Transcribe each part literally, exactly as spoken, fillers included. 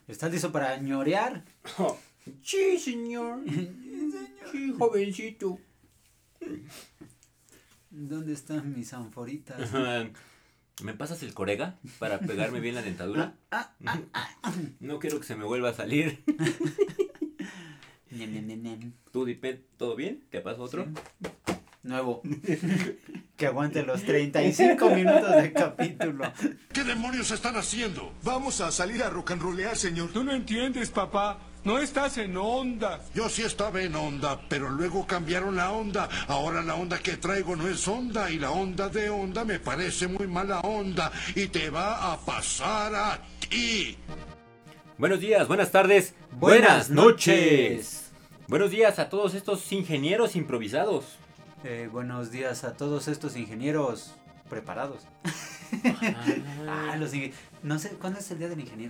¿Estás listo para ñorear? Oh, sí, señor. Sí, jovencito. ¿Dónde están mis anforitas? ¿Me pasas el corega para pegarme bien la dentadura? Ah, ah, ah, ah. No quiero que se me vuelva a salir. Nem, nem, nem, nem. ¿Tú, Dipet, todo bien? ¿Te paso otro? Sí. Nuevo. Que aguante los treinta y cinco minutos de capítulo. ¿Qué demonios están haciendo? Vamos a salir a rock and rollear, señor. Tú no entiendes, papá. No estás en onda. Yo sí estaba en onda, pero luego cambiaron la onda. Ahora la onda que traigo no es onda y la onda de onda me parece muy mala onda y te va a pasar a ti. Buenos días, buenas tardes, Buenas buenas noches. Buenos días a todos estos ingenieros improvisados. Eh, buenos días a todos estos ingenieros preparados. Ah, Ah, los inge- No sé, ¿cuándo es el día del ingeniero?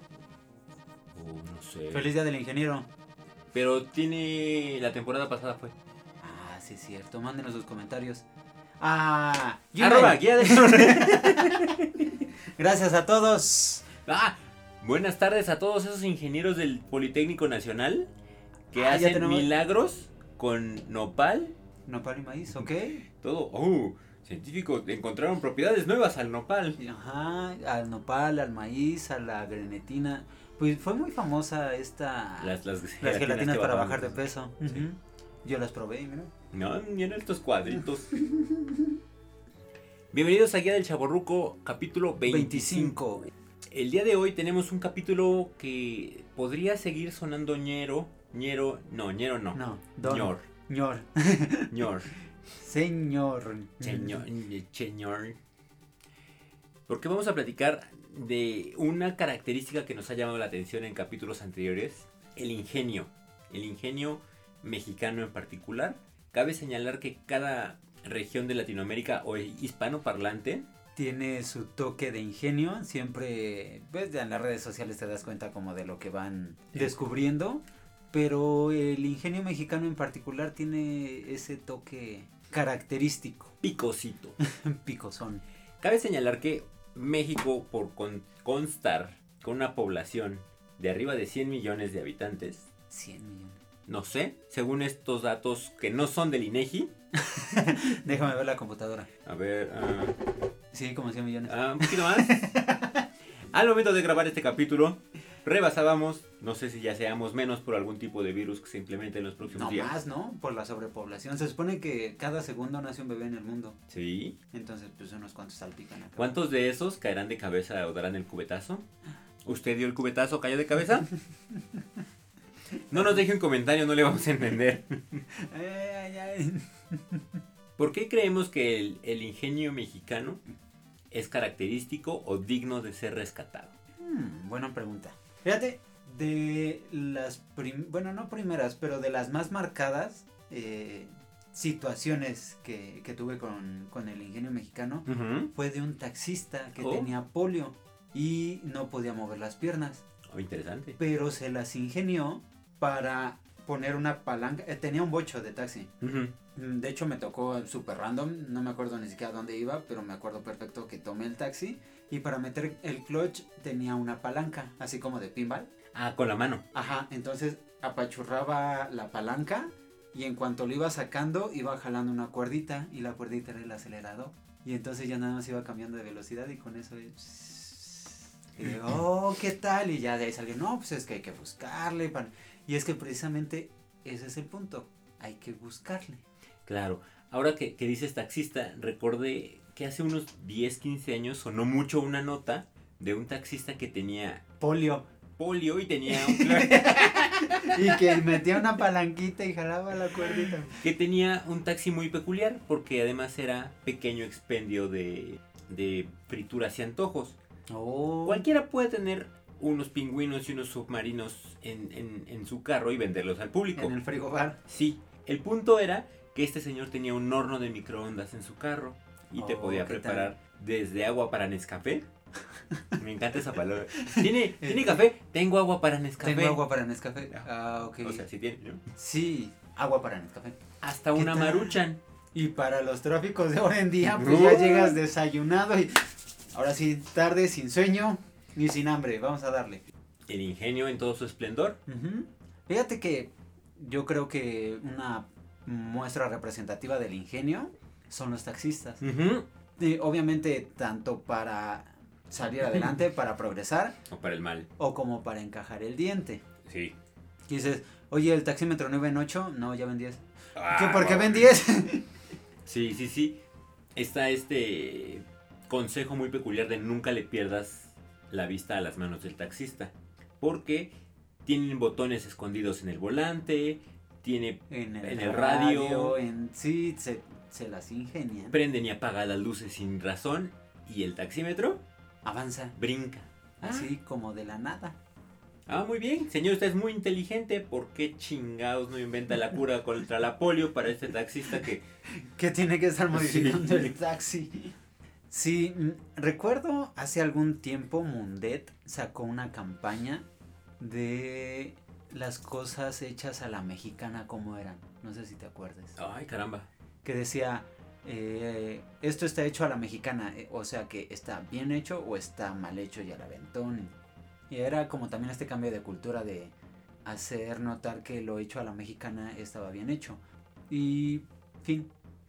oh, no sé. Feliz día del ingeniero. Pero tiene... La temporada pasada fue. Ah, sí es cierto. Mándenos sus comentarios. Ah, Arroba, Gmail. guía de... Gracias a todos. Ah, buenas tardes a todos esos ingenieros del Politécnico Nacional que Ah, ya hacen tenemos- milagros con nopal. Nopal y maíz, ¿ok? Todo. Oh, científicos encontraron propiedades nuevas al nopal. Ajá, al nopal, al maíz, a la grenetina. Pues fue muy famosa esta... Las, las, las gelatinas que para bajaban. bajar de peso. Sí. Ujú. Yo las probé y mira. No, miren estos cuadritos. Bienvenidos a Guía del Chavorruco, capítulo veinticinco. veinticinco. El día de hoy tenemos un capítulo que podría seguir sonando ñero. ñero, no, ñero no. No, don. ñor, Ñor. ñor. Señor. Señor, señor. Porque vamos a platicar de una característica que nos ha llamado la atención en capítulos anteriores, el ingenio, el ingenio mexicano en particular. Cabe señalar que cada región de Latinoamérica o hispanoparlante Tiene su toque de ingenio. Siempre, ves, en las redes sociales te das cuenta como de lo que van Sí. descubriendo. Pero el ingenio mexicano en particular tiene ese toque característico. picosito. Picosón. Cabe señalar que México, por con- constar con una población de arriba de cien millones de habitantes, cien millones. no sé, según estos datos que no son del INEGI, Déjame ver la computadora. a ver, ah, Sí, como cien millones. ah, un poquito más. Al momento de grabar este capítulo, rebasábamos, no sé si ya seamos menos por algún tipo de virus que se implemente en los próximos No días. más, ¿no? Por la sobrepoblación. Se supone que cada segundo nace un bebé en el mundo. Sí. Entonces, pues unos cuantos salpican acá. ¿Cuántos de esos caerán de cabeza o darán el cubetazo? ¿Usted dio el cubetazo, cayó de cabeza? No nos deje un comentario, no le vamos a entender. Ay, ay, ay. ¿Por qué creemos que el, el ingenio mexicano es característico o digno de ser rescatado? Hmm, buena pregunta. Fíjate, de las, prim- bueno, no primeras, pero de las más marcadas eh, situaciones que, que tuve con, con el ingenio mexicano, Ujú. fue de un taxista que Oh. tenía polio y no podía mover las piernas, Oh, interesante. pero se las ingenió para poner una palanca. eh, tenía un bocho de taxi. Ujú. Mm, De hecho me tocó super random, no me acuerdo ni siquiera dónde iba, pero me acuerdo perfecto que tomé el taxi y para meter el clutch tenía una palanca, así como de pinball. Ah, con la mano. Ajá, entonces apachurraba la palanca y en cuanto lo iba sacando iba jalando una cuerdita y la cuerdita era el acelerador. Y entonces ya nada más iba cambiando de velocidad y con eso... Y digo, oh, ¿qué tal? Y ya de ahí salió, no, pues es que hay que buscarle. pan-". Y es que precisamente ese es el punto, hay que buscarle. Claro. Ahora que, que dices taxista, recordé que hace unos diez, quince años sonó mucho una nota de un taxista que tenía Polio. polio y tenía un Y que metía una palanquita y jalaba la cuerdita. que tenía un taxi muy peculiar porque además era pequeño expendio de, de frituras y antojos. Oh. Cualquiera puede tener unos pingüinos y unos submarinos en, en, en su carro y venderlos al público. En el frigobar. Sí, el punto era que este señor tenía un horno de microondas en su carro y te Oh, podía ¿qué preparar desde agua para Nescafé. Me encanta esa palabra. ¿Tiene, ¿tiene café? Tengo agua para Nescafé. Tengo agua para Nescafé. Ah, ok. O sea, sí tiene, ¿no? Sí, agua para Nescafé. Hasta ¿Qué una tal? Maruchan. Y para los tráficos de ahora en día, pues No. ya llegas desayunado y ahora sí, tarde, sin sueño ni sin hambre. Vamos a darle. El ingenio en todo su esplendor. Uh-huh. Fíjate que yo creo que una muestra representativa del ingenio son los taxistas. Uh-huh. Y obviamente tanto para salir adelante, para progresar. O para el mal. O como para encajar el diente. Sí. Y dices, oye, el taxímetro no iba en ocho, no, ya ven diez. Ah, ¿Qué, ¿Por qué bueno. ven diez? Sí, sí, sí. Está este consejo muy peculiar de nunca le pierdas la vista a las manos del taxista. Porque tienen botones escondidos en el volante, tiene En el, en el radio, radio en, sí, se, se las ingenian. prenden y apagan las luces sin razón y el taxímetro Avanza, brinca. así como de la nada. Ah, muy bien, señor, usted es muy inteligente. ¿Por qué chingados no inventa la cura contra la polio para este taxista que... Que tiene que estar modificando Sí. el taxi. Sí, mm, recuerdo hace algún tiempo Mundet sacó una campaña de las cosas hechas a la mexicana como eran. No sé si te acuerdas. Ay, caramba. Que decía, eh, esto está hecho a la mexicana, eh, o sea que está bien hecho o está mal hecho y al aventón. Y era como también este cambio de cultura de hacer notar que lo hecho a la mexicana estaba bien hecho. Y fin.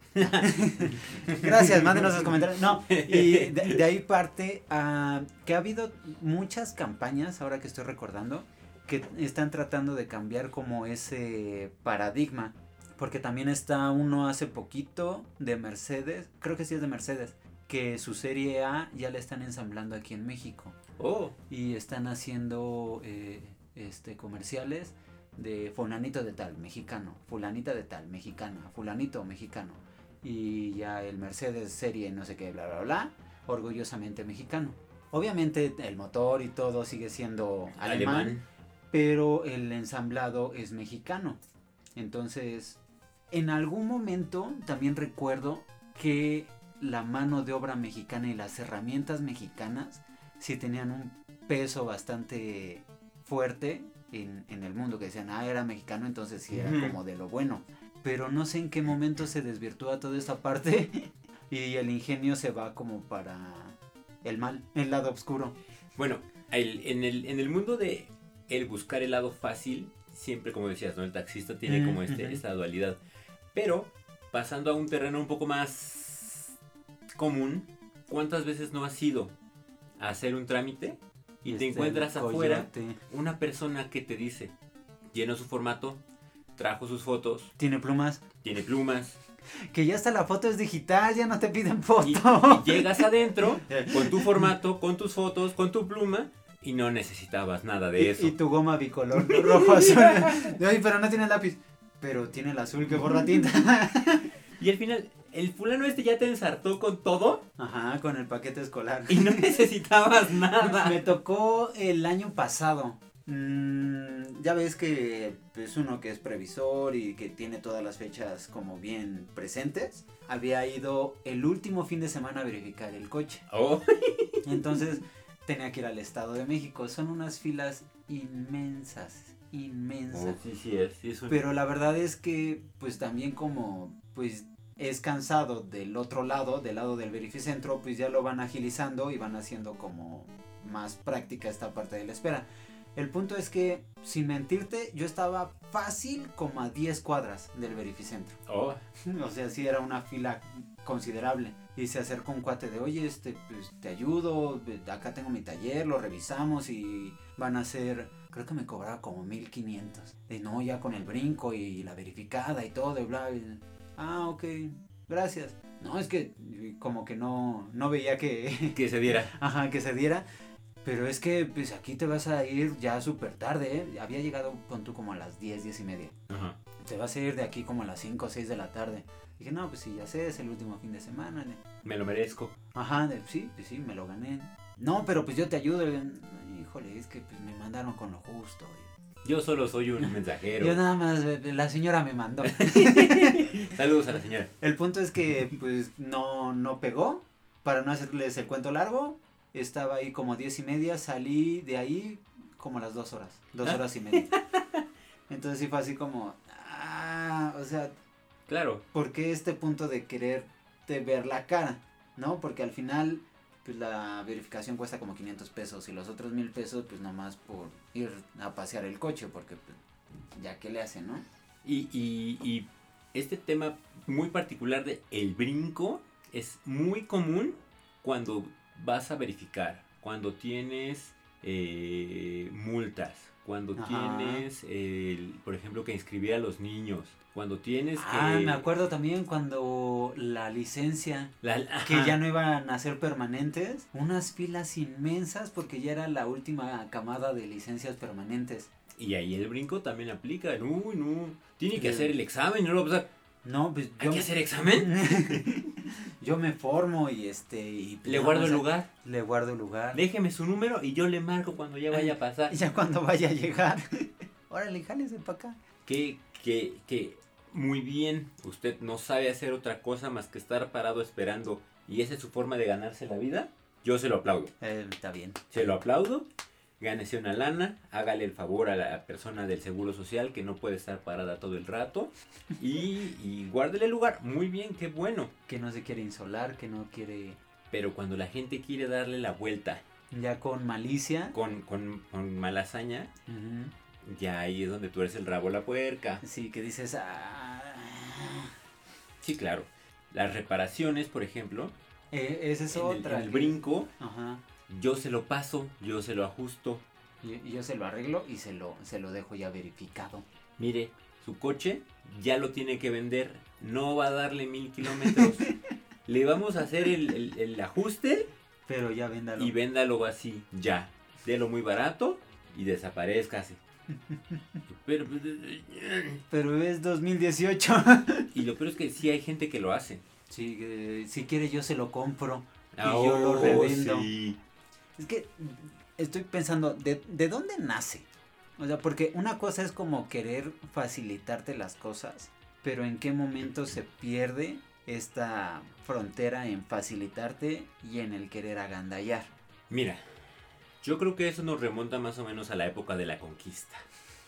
Gracias, mándenos sus comentarios. No, y de, de ahí parte a que ha habido muchas campañas, ahora que estoy recordando, que están tratando de cambiar como ese paradigma. Porque también está uno hace poquito de Mercedes, creo que sí es de Mercedes, que su serie A ya la están ensamblando aquí en México. Oh, Y están haciendo eh, este comerciales de fulanito de tal, mexicano, fulanita de tal, mexicana, fulanito, mexicano. Y ya el Mercedes serie no sé qué, bla, bla, bla, orgullosamente mexicano. Obviamente el motor y todo sigue siendo alemán, alemán. pero el ensamblado es mexicano. Entonces, en algún momento también recuerdo que la mano de obra mexicana y las herramientas mexicanas sí tenían un peso bastante fuerte en, en el mundo, que decían, ah, era mexicano, entonces sí era Ujú. como de lo bueno. Pero no sé en qué momento se desvirtúa toda esta parte y el ingenio se va como para el mal, el lado oscuro. Bueno, el- en, el, en el mundo de el buscar el lado fácil, siempre como decías, ¿no? El taxista tiene Mm, como este, ujú. esta dualidad. Pero, pasando a un terreno un poco más común, ¿cuántas veces no has ido a hacer un trámite y te Este, encuentras el afuera coyote. una persona que te dice, llenó su formato, trajo sus fotos, Tiene plumas. tiene plumas, Que ya hasta la foto es digital, ya no te piden foto. y, y llegas adentro con tu formato, con tus fotos, con tu pluma y no necesitabas nada de Y- eso. Y, tu goma bicolor, rojo, azul. Ay, pero no tiene lápiz. Pero tiene el azul que borra tinta. Y al final, el fulano este ya te ensartó con todo Ajá, con el paquete escolar. y no necesitabas nada. Me tocó el año pasado. Mm, ya ves que es uno que es previsor y que tiene todas las fechas como bien presentes. Había ido el último fin de semana a verificar el coche. Oh, Entonces tenía que ir al Estado de México. Son unas filas inmensas, inmensas. oh, sí, sí es. Sí es un- Pero la verdad es que pues también como pues es cansado del otro lado, del lado del verificentro, pues ya lo van agilizando y van haciendo como más práctica esta parte de la espera. El punto es que, sin mentirte, yo estaba fácil como a diez cuadras del verificentro. Oh, O sea, sí era una fila considerable. Y se acercó un cuate de, oye, este, pues te ayudo, acá tengo mi taller, lo revisamos y van a ser, creo que me cobraba como mil quinientos. De no, ya con el brinco y la verificada y todo, y bla, y- ah, ok, gracias. No, es que como que no, no veía que, que se diera. ajá, que se diera. Pero es que, pues aquí te vas a ir ya súper tarde, ¿eh? Había llegado, pon tú, como a las diez, diez y media. Ajá. Te vas a ir de aquí como a las cinco o seis de la tarde. Dije, no, pues sí, ya sé, es el último fin de semana. ¿no? Me lo merezco. Ajá, de- sí, pues sí, me lo gané. No, pero pues yo te ayudo. Y, híjole, es que pues, me mandaron con lo justo. Yo solo soy un mensajero. Yo nada más, eh, la señora me mandó. Saludos a la señora. El punto es que pues no, no pegó. Para no hacerles el cuento largo, estaba ahí como diez y media, salí de ahí como a las dos horas. Dos horas y media. Entonces sí fue así como, ah, o sea, Claro. ¿por qué este punto de quererte ver la cara? ¿No? Porque al final pues la verificación cuesta como quinientos pesos y los otros mil pesos pues nomás por ir a pasear el coche, porque pues, ya que le hacen, ¿no? Y, y, y este tema muy particular de el brinco es muy común cuando vas a verificar, cuando tienes eh, multas, cuando Ajá. tienes, el, por ejemplo, que inscribir a los niños, cuando tienes Ah, que... me acuerdo también cuando la licencia, La, que ajá. ya no iban a ser permanentes, unas filas inmensas porque ya era la última camada de licencias permanentes. Y ahí el brinco también aplica. Uy, no. Tiene que Sí. hacer el examen, no lo vas a... No, pues ¿Hay yo que me- hacer examen? yo me formo y este y Le nada guardo más el a- lugar. Le guardo el lugar. Déjeme su número y yo le marco cuando ya vaya a pasar. Y ya cuando vaya a llegar, órale, jálese para acá. Que, que, que muy bien, usted no sabe hacer otra cosa más que estar parado esperando y esa es su forma de ganarse la vida. Yo se lo aplaudo. Eh, está bien. Se lo aplaudo. Gánese una lana, hágale el favor a la persona del seguro social que no puede estar parada todo el rato y, y guárdele el lugar. Muy bien, qué bueno. Que no se quiere insolar, que no quiere Pero cuando la gente quiere darle la vuelta ya con malicia. con, con, con mala hazaña, Ujú. ya ahí es donde tú eres el rabo la puerca. Sí, que dices, ah, Sí, claro. Las reparaciones, por ejemplo, eh, esa es en el, otra. en el que- brinco, Ajá. yo se lo paso, yo se lo ajusto. Y, y yo se lo arreglo y se lo, se lo dejo ya verificado. Mire, su coche ya lo tiene que vender, no va a darle mil kilómetros. Le vamos a hacer el, el- el ajuste Pero ya véndalo. y véndalo así, ya. Délo muy barato y desaparezcase. Pero, Pero es dos mil dieciocho. y lo peor es que sí hay gente que lo hace. Sí, que si quiere yo se lo compro. Y Ah, yo lo oh, revendo. sí. Es que estoy pensando, ¿de, ¿de dónde nace? O sea, porque una cosa es como querer facilitarte las cosas, pero ¿en qué momento se pierde esta frontera en facilitarte y en el querer agandallar? Mira, yo creo que eso nos remonta más o menos a la época de la conquista.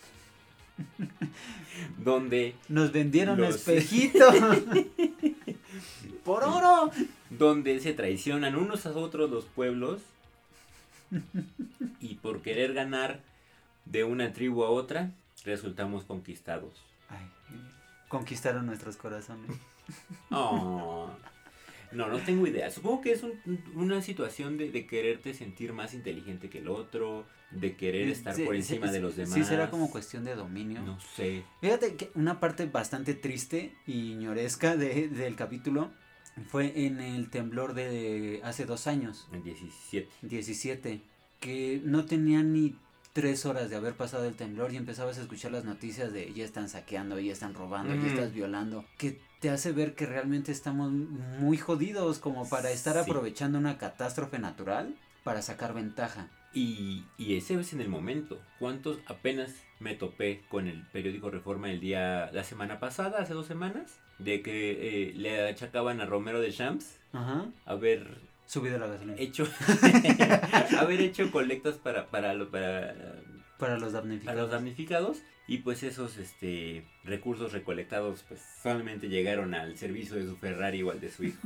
Donde, Nos vendieron Los- espejito. Por oro. donde se traicionan unos a otros los pueblos y por querer ganar de una tribu a otra, resultamos conquistados. Ay, conquistaron nuestros corazones. Oh. No, no tengo idea. Supongo que es un- una situación de, de quererte sentir más inteligente que el otro, de querer estar Sí, por sí, encima sí, de los demás. Sí, será como cuestión de dominio. No sé. Fíjate que una parte bastante triste y ñoresca de, del capítulo fue en el temblor de hace dos años, En diecisiete. diecisiete, que no tenía ni tres horas de haber pasado el temblor y empezabas a escuchar las noticias de ya están saqueando, ya están robando, Ujú. ya estás violando, que te hace ver que realmente estamos muy jodidos como para estar Sí. aprovechando una catástrofe natural para sacar ventaja. Y, y ese es en el momento. ¿Cuántos apenas me topé con el periódico Reforma el día, la semana pasada, hace dos semanas? De que eh, le achacaban a Romero de Champs Ajá. haber Subido la gasolina. hecho haber hecho colectas para, para, lo- para, Para los para damnificados. los damnificados. Y pues esos este recursos recolectados pues solamente llegaron al servicio de su Ferrari o al de su hijo.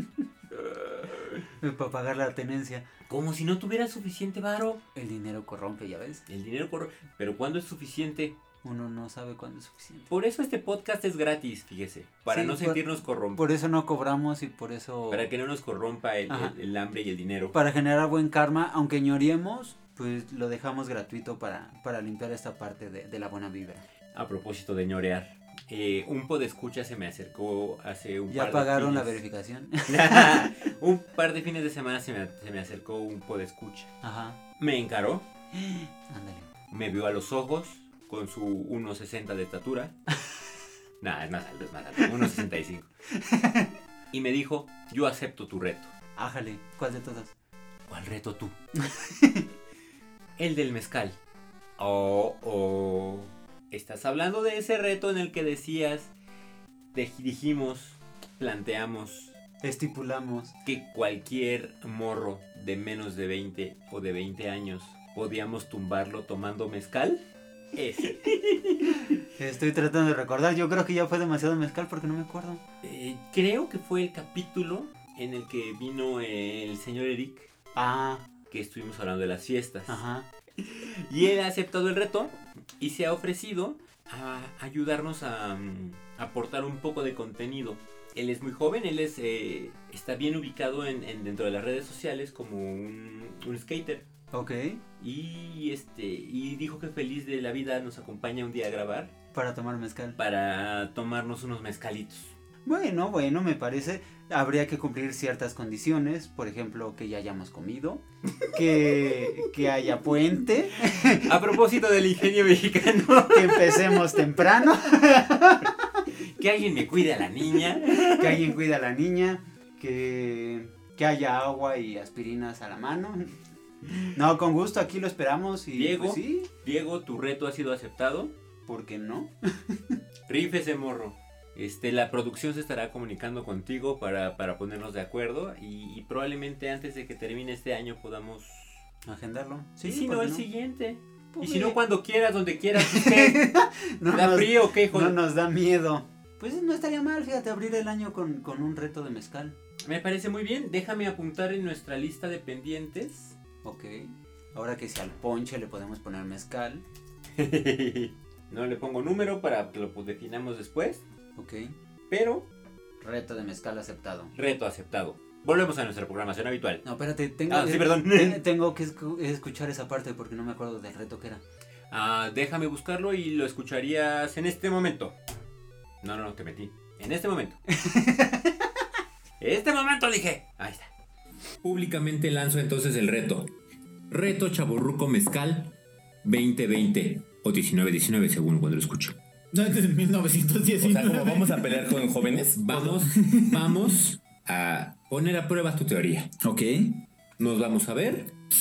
Para pagar la tenencia. Como si no tuviera suficiente varo. El dinero corrompe, ya ves. El dinero corre. Pero ¿cuándo es suficiente? Uno no sabe cuándo es suficiente. Por eso este podcast es gratis, fíjese. Para Sí, no por- sentirnos corrompidos. Por eso no cobramos y por eso... Para que no nos corrompa el, Ajá. el- el hambre y el dinero. Para generar buen karma, aunque ñoriemos, pues lo dejamos gratuito para, para limpiar esta parte de, de la buena vibra. A propósito de ñorear. Eh, un podescucha se me acercó hace un ¿Ya par pagaron de la fines. verificación? Un par de fines de semana se me, se me acercó un podescucha. Ajá. Me encaró, Ándale. me vio a los ojos con su uno sesenta de estatura. Nah, es más alto, es más alto, uno sesenta y cinco. Y me dijo, yo acepto tu reto. Ájale. ¿Cuál de todos? ¿Cuál reto tú? El del mezcal. Oh, oh. Estás hablando de ese reto en el que decías, de- dijimos, planteamos Estipulamos. que cualquier morro de menos de veinte o de veinte años podíamos tumbarlo tomando mezcal. Ese. Estoy tratando de recordar. Yo creo que ya fue demasiado mezcal porque no me acuerdo. Eh, creo que fue el capítulo en el que vino el señor Eric, Ah, que estuvimos hablando de las fiestas. ajá. Y él ha aceptado el reto y se ha ofrecido a ayudarnos a um, aportar un poco de contenido. Él es muy joven, él es eh, está bien ubicado en, en dentro de las redes sociales como un, un skater. Ok. Y este y dijo que feliz de la vida nos acompaña un día a grabar Para tomar mezcal. para tomarnos unos mezcalitos. Bueno, bueno, me parece. Habría que cumplir ciertas condiciones. Por ejemplo, que ya hayamos comido. Que, que haya puente. A propósito del ingenio mexicano, Que empecemos temprano. que alguien me cuide a la niña. Que alguien cuide a la niña. Que, que haya agua y aspirinas a la mano. No, con gusto, aquí lo esperamos. Y Diego. pues, sí, Diego, tu reto ha sido aceptado. ¿por qué no? Rífese, morro. Este, la producción se estará comunicando contigo para, para ponernos de acuerdo y, y probablemente antes de que termine este año podamos... Agendarlo. Sí, Sí, si ¿por no, qué el siguiente. Pues y si sí. no, cuando quieras, donde quieras. ¿Qué? No ¿Da nos- frío o qué, No joder? nos da miedo. Pues no estaría mal, fíjate, abrir el año con, con un reto de mezcal. Me parece muy bien. Déjame apuntar en nuestra lista de pendientes. Ok. Ahora que si al ponche le podemos poner mezcal. No le pongo número para que lo pues, definamos después. Ok. Pero, Reto de mezcal aceptado. reto aceptado. Volvemos a nuestra programación habitual. No, espérate, tengo, Ah, sí, perdón. te- tengo que escu- escuchar esa parte porque no me acuerdo del reto que era. Ah, déjame buscarlo y lo escucharías en este momento. No, no, no, te metí. En este momento. este momento dije. Ahí está. Públicamente lanzo entonces el reto. Reto Chavorruco Mezcal veinte veinte o diecinueve diecinueve según cuando lo escucho. No, es de mil novecientos O sea, diecinueve. como vamos a pelear con jóvenes. Vamos, vamos a poner a prueba tu teoría. Ok. Nos vamos a ver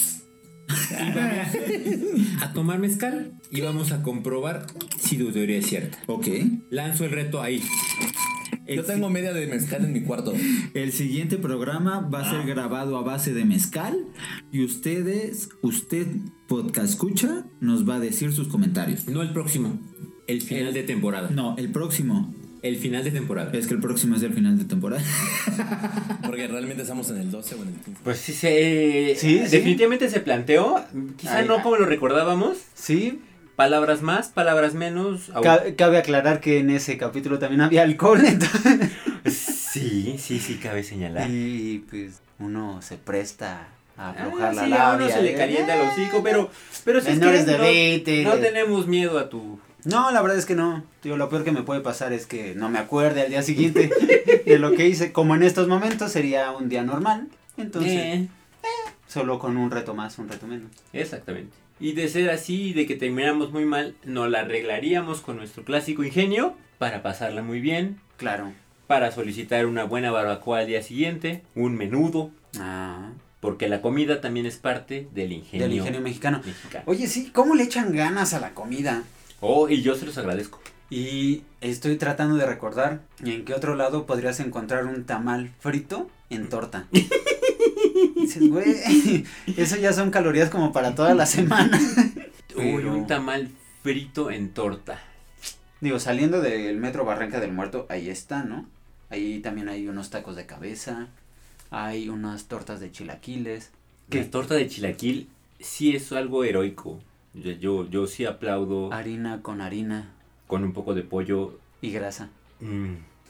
y vamos a tomar mezcal y vamos a comprobar si tu teoría es cierta. Ok. Lanzo el reto ahí. Yo tengo media de mezcal en mi cuarto. El siguiente programa va a ser grabado a base de mezcal y ustedes, usted podcast escucha, nos va a decir sus comentarios. No el próximo, el final de temporada. No, el próximo. El final de temporada. Es que el próximo es el final de temporada. Porque realmente estamos en el doce o en el quince. Pues sí, se, Sí, sí. definitivamente se planteó. Quizá Ay, no ay. como lo recordábamos. Sí, Palabras más, palabras menos. au- ca- cabe aclarar que en ese capítulo también había alcohol. Entonces, Sí, sí, sí, cabe señalar. y pues uno se presta a Ah, aflojar la sí, a labia. uno se le ¿eh? calienta el hocico, pero, pero si es Menores que de no, veinte. no tenemos miedo a tu... No, la verdad es que no. Digo, lo peor que me puede pasar es que no me acuerde al día siguiente de lo que hice. Como en estos momentos sería un día normal. Entonces, Eh, solo con un reto más, un reto menos. exactamente. Y de ser así, de que terminamos muy mal, nos la arreglaríamos con nuestro clásico ingenio para pasarla muy bien, Claro. para solicitar una buena barbacoa al día siguiente, un menudo, Ah, porque la comida también es parte del ingenio, del ingenio mexicano. mexicano. Oye, sí, ¿cómo le echan ganas a la comida? Oh, y yo se los agradezco. Y estoy tratando de recordar en qué otro lado podrías encontrar un tamal frito en torta. Dices, güey, eso ya son calorías como para toda la semana. Uy, Pero- un tamal frito en torta. Digo, saliendo del metro Barranca del Muerto, ahí está, ¿no? Ahí también hay unos tacos de cabeza, hay unas tortas de chilaquiles. Que ¿Qué? torta de chilaquil sí es algo heroico. Yo, yo, yo sí aplaudo Harina con harina con un poco de pollo. y grasa. Mm.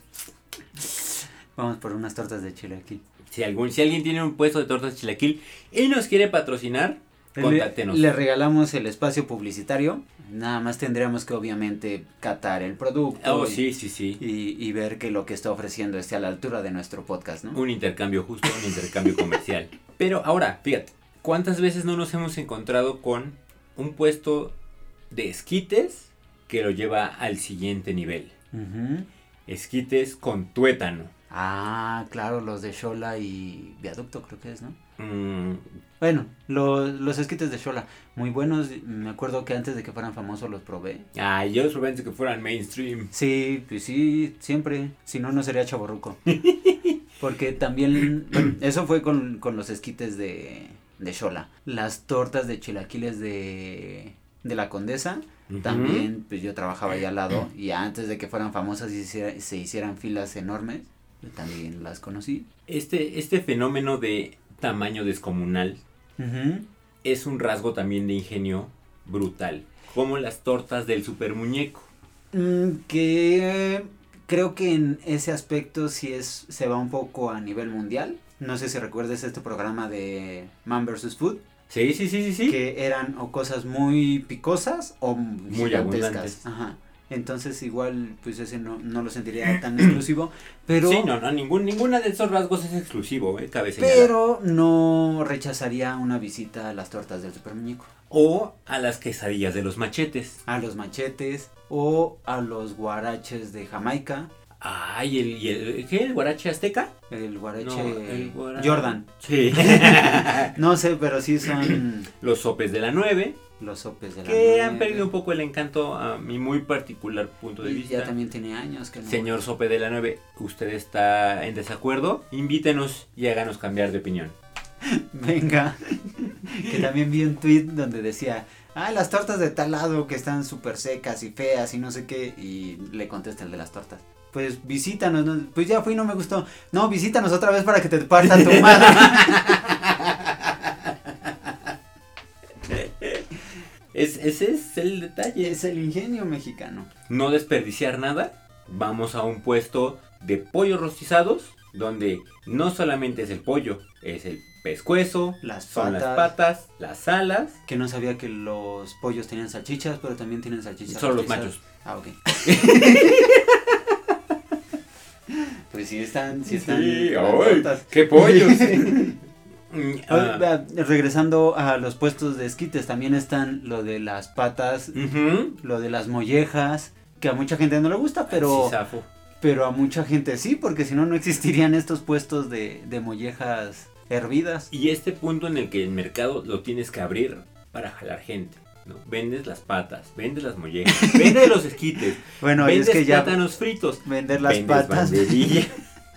Vamos por unas tortas de chilaquil. Si, algún, si alguien tiene un puesto de tortas de chilaquil y nos quiere patrocinar, contáctenos. Le, le regalamos el espacio publicitario. Nada más tendríamos que obviamente catar el producto. Oh, y, sí, sí, sí. y, y ver que lo que está ofreciendo esté a la altura de nuestro podcast, ¿no? Un intercambio justo, un intercambio comercial. Pero ahora, fíjate, ¿cuántas veces no nos hemos encontrado con un puesto de esquites que lo lleva al siguiente nivel? Ujú. Esquites con tuétano. Ah, claro, los de Xola y Viaducto creo que es, ¿no? Mm, Bueno, los, los esquites de Xola, muy buenos. Me acuerdo que antes de que fueran famosos los probé. ay, yo los probé antes de que fueran mainstream. Sí, pues sí, siempre. Si no, no sería chavorruco. Porque también, bueno, eso fue con, con los esquites de, de Xola. Las tortas de chilaquiles de, de la Condesa, Ujú. también, pues yo trabajaba ahí al lado. Y antes de que fueran famosas y se, hiciera- se hicieran filas enormes, también las conocí. Este, este fenómeno de tamaño descomunal Uh-huh. es un rasgo también de ingenio brutal, como las tortas del super muñeco. Mm, que creo que en ese aspecto sí es, se va un poco a nivel mundial. No sé si recuerdes este programa de Man versus. Food. Sí, sí, sí, sí, sí. Que eran o cosas muy picosas o Muy gigantescas. abundantes. Ajá. Entonces igual pues ese no, no lo sentiría tan exclusivo, pero Sí, no, no, ningún, ninguna de esos rasgos es exclusivo, eh, cabe señalar. pero no rechazaría una visita a las tortas del super muñeco, O a las quesadillas de los machetes. a los machetes o a los guaraches de Jamaica, Ay, el, y el, ¿qué? ¿El guarache azteca? el guarache No, el guara- Jordan. Sí. No sé, pero sí son Los sopes de la nueve, los sopes de la que han nueve. perdido un poco el encanto a mi muy particular punto de Y vista. ya también tiene años que no. Señor Sope de la nueve, ¿usted está en desacuerdo? Invítenos y háganos cambiar de opinión. Venga. Que también vi un tweet donde decía, ah, las tortas de tal lado que están súper secas y feas y no sé qué. Y le contesta el de las tortas. Pues visítanos, ¿no? Pues ya fui y no me gustó. No, visítanos otra vez para que te parta tu madre. Es, ese es el detalle. Es el ingenio mexicano. No desperdiciar nada. Vamos a un puesto de pollos rostizados, donde no solamente es el pollo, es el pescuezo, Las son patas. las patas, las alas. Que no sabía que los pollos tenían salchichas, pero también tienen salchichas. Solo los rostizadas. machos. Ah, ok. Pues sí están, sí están. Sí, las ¡ay! tortas. ¡Qué pollos! Mm, Ah, ah, ah, regresando a los puestos de esquites, también están lo de las patas, ujú. lo de las mollejas, que a mucha gente no le gusta, pero Sí, zafo. pero a mucha gente sí, porque si no, no existirían estos puestos de, de mollejas hervidas. Y este punto en el que el mercado lo tienes que abrir para jalar gente, ¿no? Vendes las patas, vendes las mollejas, vendes los esquites, Bueno, y vendes es que ya plátanos fritos, vender las vendes patas, banderilla.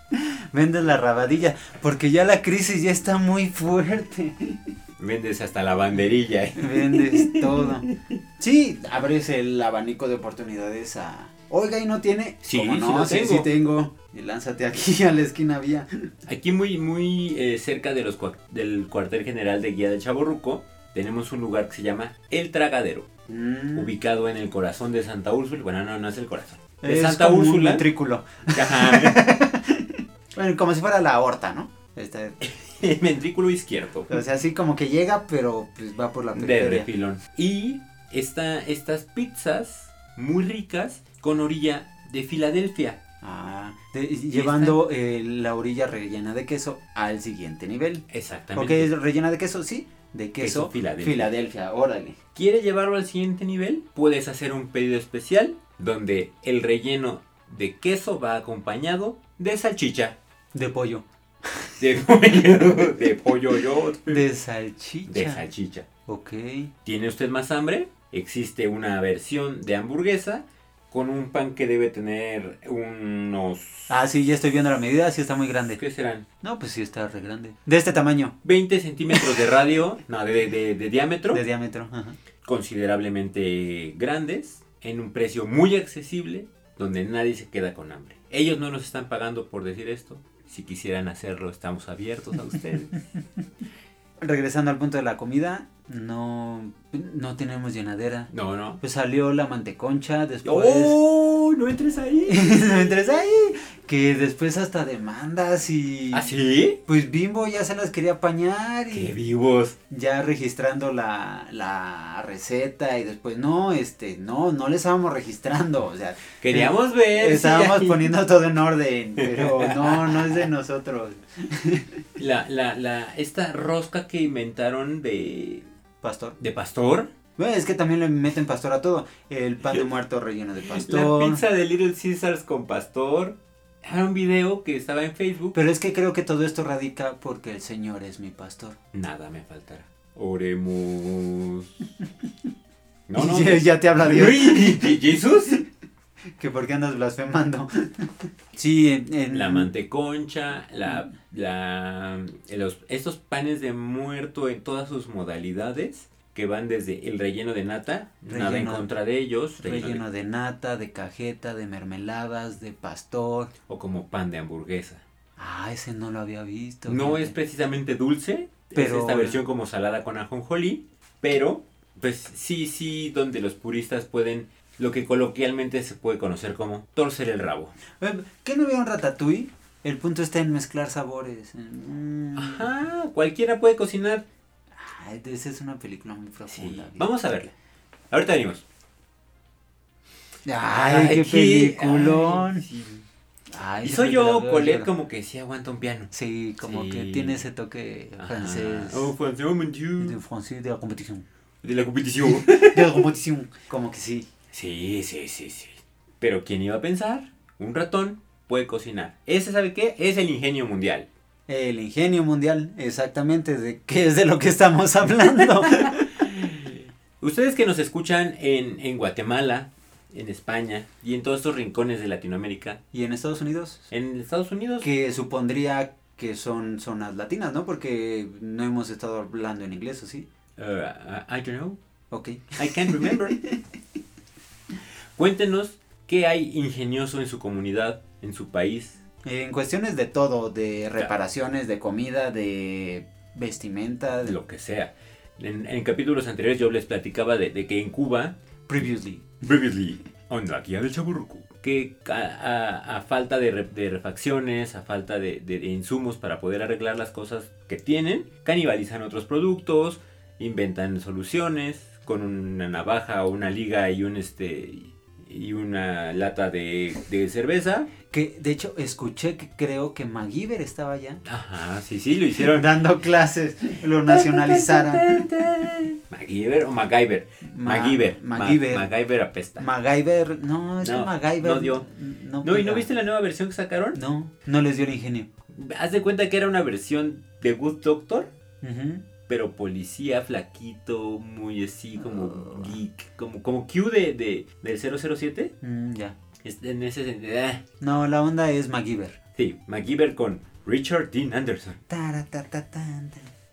vendes la rabadilla, porque ya la crisis ya está muy fuerte. Vendes hasta la banderilla. ¿eh? Vendes todo. Sí, abres el abanico de oportunidades a... Oiga, ¿y no tiene? Sí, ¿Cómo sí no? lo Sí, tengo. sí tengo. Y lánzate aquí a la esquina vía. Aquí muy muy eh, cerca de los cua- del cuartel general de Guía del Chavorruco tenemos un lugar que se llama El Tragadero, Mm, ubicado en el corazón de Santa Úrsula. Bueno, no, no es el corazón. De es Santa como un Úrsula. ventrículo. Ajá. Bueno, como si fuera la aorta, ¿no? Este, El ventrículo izquierdo. o sea, así como que llega, pero pues va por la De periferia. refilón. Y esta, estas pizzas muy ricas con orilla de Filadelfia. Ah, de- y llevando eh, la orilla rellena de queso al siguiente nivel. Exactamente. ¿Ok? ¿Es rellena de queso? Sí. De queso, Queso Filadelfia. Filadelfia, órale. ¿Quieres llevarlo al siguiente nivel? Puedes hacer un pedido especial donde el relleno de queso va acompañado de salchicha. De pollo. De pollo, de pollo yo. De salchicha. De salchicha. Ok. ¿Tiene usted más hambre? Existe una versión de hamburguesa con un pan que debe tener unos... Ah, sí, ya estoy viendo la medida, sí está muy grande. ¿Qué serán? No, pues sí está re grande. De este tamaño. veinte centímetros de radio, no, de, de, de diámetro. De diámetro. Ajá. Considerablemente grandes, en un precio muy accesible, donde nadie se queda con hambre. Ellos no nos están pagando por decir esto. Si quisieran hacerlo, estamos abiertos a ustedes. Regresando al punto de la comida, no, no tenemos llenadera. No, no. Pues salió la manteconcha, después... ¡Oh! ¡No entres ahí! No entres ahí. Que después hasta demandas y... ¿Ah, sí? Pues Bimbo ya se las quería apañar y... ¡Qué vivos! Ya registrando la, la receta y después no, este, no, no le estábamos registrando, o sea... Queríamos ver. Estábamos si hay- poniendo todo en orden, pero no, no es de nosotros. La, la, la, esta rosca que inventaron de, Pastor. de pastor. Bueno, es que también le meten pastor a todo. El pan de muerto relleno de La pastor. pizza de Little Caesars con pastor. Era un video que estaba en Facebook. Pero es que creo que todo esto radica porque el Señor es mi pastor. Nada me faltará. Oremos. No, no. ya, ya te habla Dios. Uy, ¿Jesús? Que por qué andas blasfemando. Sí, en, en- La manteconcha, la, la, los, estos panes de muerto en todas sus modalidades, que van desde el relleno de nata, nada en Relleno- contra de ellos, relleno de- Relleno de nata, de cajeta, de mermeladas, de pastor. o como pan de hamburguesa. Ah, ese no lo había visto. No fíjate. es precisamente dulce, Pero- es esta versión como salada con ajonjolí, pero pues sí, sí, donde los puristas pueden, lo que coloquialmente se puede conocer como torcer el rabo. Eh, ¿Qué no vieron Ratatouille? El punto está en mezclar sabores. Mm. Ajá, cualquiera puede cocinar. Ay, esa es una película muy Sí, profunda. ¿viste? vamos a verla. Ahorita venimos. Ay, qué peliculón. Ay, sí. Ay, Y siempre soy que la yo, veo, Colette, lloro. como que sí aguanta un piano. Sí, como Sí. que tiene ese toque Ajá. francés. Oh, francés, oh, mon Dieu. De francés de la competición. De la competición. De la competición. Como que sí. Sí, sí, sí, sí. Pero ¿quién iba a pensar? Un ratón puede cocinar. Ese, ¿sabe qué? Es el ingenio mundial. El ingenio mundial, exactamente, de qué es de lo que estamos hablando. Ustedes que nos escuchan en, en Guatemala, en España y en todos estos rincones de Latinoamérica, Y en Estados Unidos, en Estados Unidos, que supondría que son zonas latinas, ¿no? Porque no hemos estado hablando en inglés, ¿o sí? uh, I don't know, Ok. I can't remember. Cuéntenos qué hay ingenioso en su comunidad, en su país. En cuestiones de todo, de reparaciones, de comida, de vestimenta, de Lo que sea. En, en capítulos anteriores yo les platicaba de, de que en Cuba, previously. previously, on la guía del Chaburruco, que a, a- a falta de, re- de refacciones, a falta de, de- de insumos para poder arreglar las cosas que tienen, canibalizan otros productos, inventan soluciones con una navaja o una liga y un este y una lata de, de cerveza. Que de hecho escuché que creo que MacGyver estaba allá Ajá, sí, sí, lo hicieron. dando clases, lo nacionalizaron. MacGyver o MacGyver. Ma- MacGyver. MacGyver. Ma- MacGyver apesta. MacGyver, no, es No, que MacGyver no dio. No, No, ¿y no pega. viste la nueva versión que sacaron? No, no les dio el ingenio. Haz de cuenta que era una versión de Good Doctor, Ujú. pero policía flaquito, muy así como geek, como, como Q de, de, del cero cero siete. Mm, ya. Es- En ese sentido. ah, No, la onda es MacGyver. Sí, MacGyver con Richard Dean Anderson. Taratatan.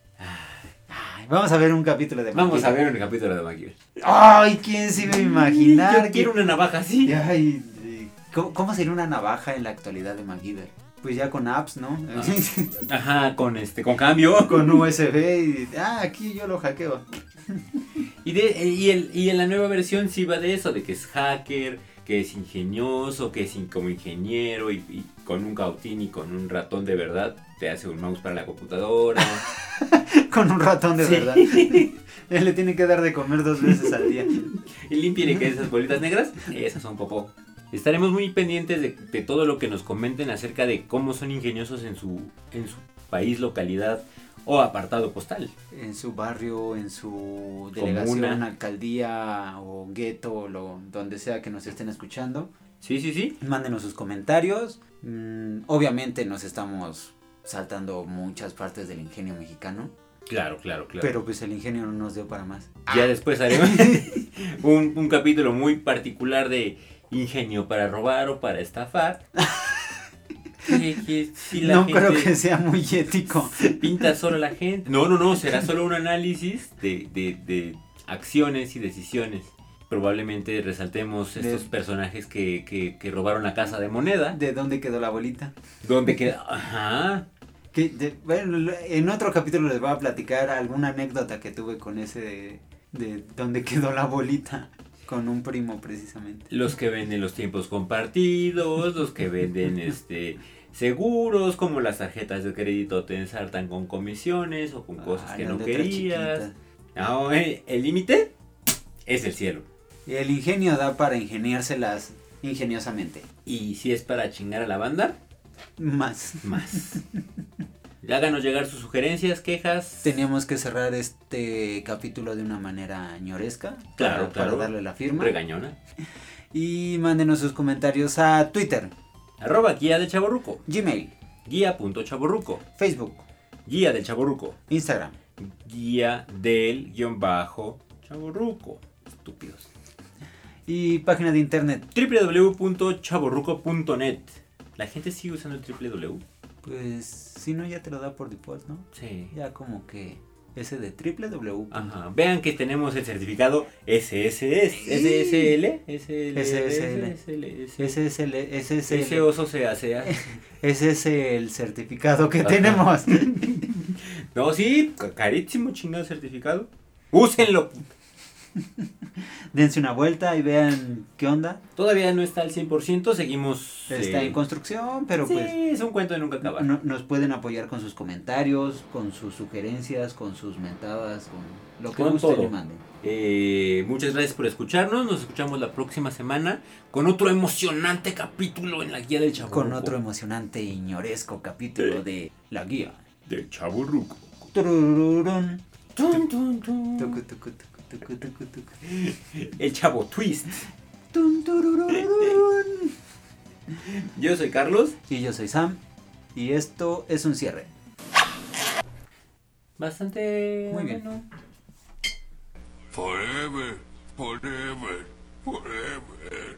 Ay, vamos a ver un capítulo de Vamos a MacGyver. ver un capítulo de MacGyver. Ay, ¿quién se iba a imaginar? Yo que- quiero una navaja así. Ay, eh, ¿cómo, cómo sería una navaja en la actualidad de MacGyver? Pues ya con apps, ¿no? Ajá, con este, con cambio. Con U S B y... Ah, aquí yo lo hackeo. Y, de, y, el, y en la nueva versión sí va de eso, de que es hacker, que es ingenioso, que es in- como ingeniero y, y con un cautín y con un ratón de verdad te hace un mouse para la computadora. Con un ratón de Sí. verdad. Él le tiene que dar de comer dos veces al día. Y límpiale que esas bolitas negras, esas son popó. Estaremos muy pendientes de, de todo lo que nos comenten acerca de cómo son ingeniosos en su, en su país, localidad o apartado postal. En su barrio, en su delegación, Comuna. alcaldía o gueto, o lo, donde sea que nos estén escuchando. Sí, sí, sí. Mándenos sus comentarios. Mm, obviamente nos estamos saltando muchas partes del ingenio mexicano. Claro, claro, claro. Pero pues el ingenio no nos dio para más. Ya después haremos un, un capítulo muy particular de ingenio para robar o para estafar. Que- que si la No gente creo que sea muy ético. pinta solo la gente. No, no, no, será solo un análisis de, de, de acciones y decisiones. Probablemente resaltemos De- estos personajes que, que, que robaron la casa de moneda. ¿De dónde quedó la bolita? Donde queda... Ajá. Que, de- bueno, en otro capítulo les voy a platicar alguna anécdota que tuve con ese de, de dónde quedó la bolita. Con un primo precisamente. Los que venden los tiempos compartidos, los que venden este seguros, como las tarjetas de crédito te ensartan con comisiones o con cosas Ay, que las no letras querías. chiquitas. No, eh, el límite es el cielo. Y el ingenio da para ingeniárselas ingeniosamente. Y si es para chingar a la banda, Más. más. Háganos llegar sus sugerencias, quejas. Teníamos que cerrar este capítulo de una manera ñoresca. Claro, para, claro. para darle la firma. Regañona. Y mándenos sus comentarios a Twitter, Arroba guía del chaborruco. Gmail, Guía.chaborruco. Facebook, Guía del chaborruco. Instagram. Guía del guión bajo chaborruco. Estúpidos. Y página de internet. w w w punto chaborruco punto net. La gente sigue usando el w w w. Pues si no ya te lo da por default, ¿no? Sí. Ya como que ese de triple w. Ajá. Vean que tenemos el certificado S S S, S S L, S S L, S S L, S S L, ese es el, ese es ese el, oso se hace. ese es el certificado que tenemos. No, sí, carísimo chingado certificado. Úsenlo. Dense una vuelta y vean qué onda. Todavía no está al cien por ciento, seguimos... Está eh, en construcción, pero sí, pues es un cuento de nunca acabar. no- nos pueden apoyar con sus comentarios, con sus sugerencias, con sus mentadas, con lo que Con gusten todo. y manden. Eh, muchas gracias por escucharnos. Nos escuchamos la próxima semana con otro emocionante capítulo en la guía del Chavorruco. Con otro emocionante y ñoresco capítulo de La Guía. del Chavorruco. Turururún. Tun, tun, tun. Tucu, tucu, tucu, tucu, tucu, tucu. El Chavo Twist. Tun, turururún. Yo soy Carlos. Y yo soy Sam. Y esto es un cierre. Bastante Muy bien. bueno. Forever, forever, forever.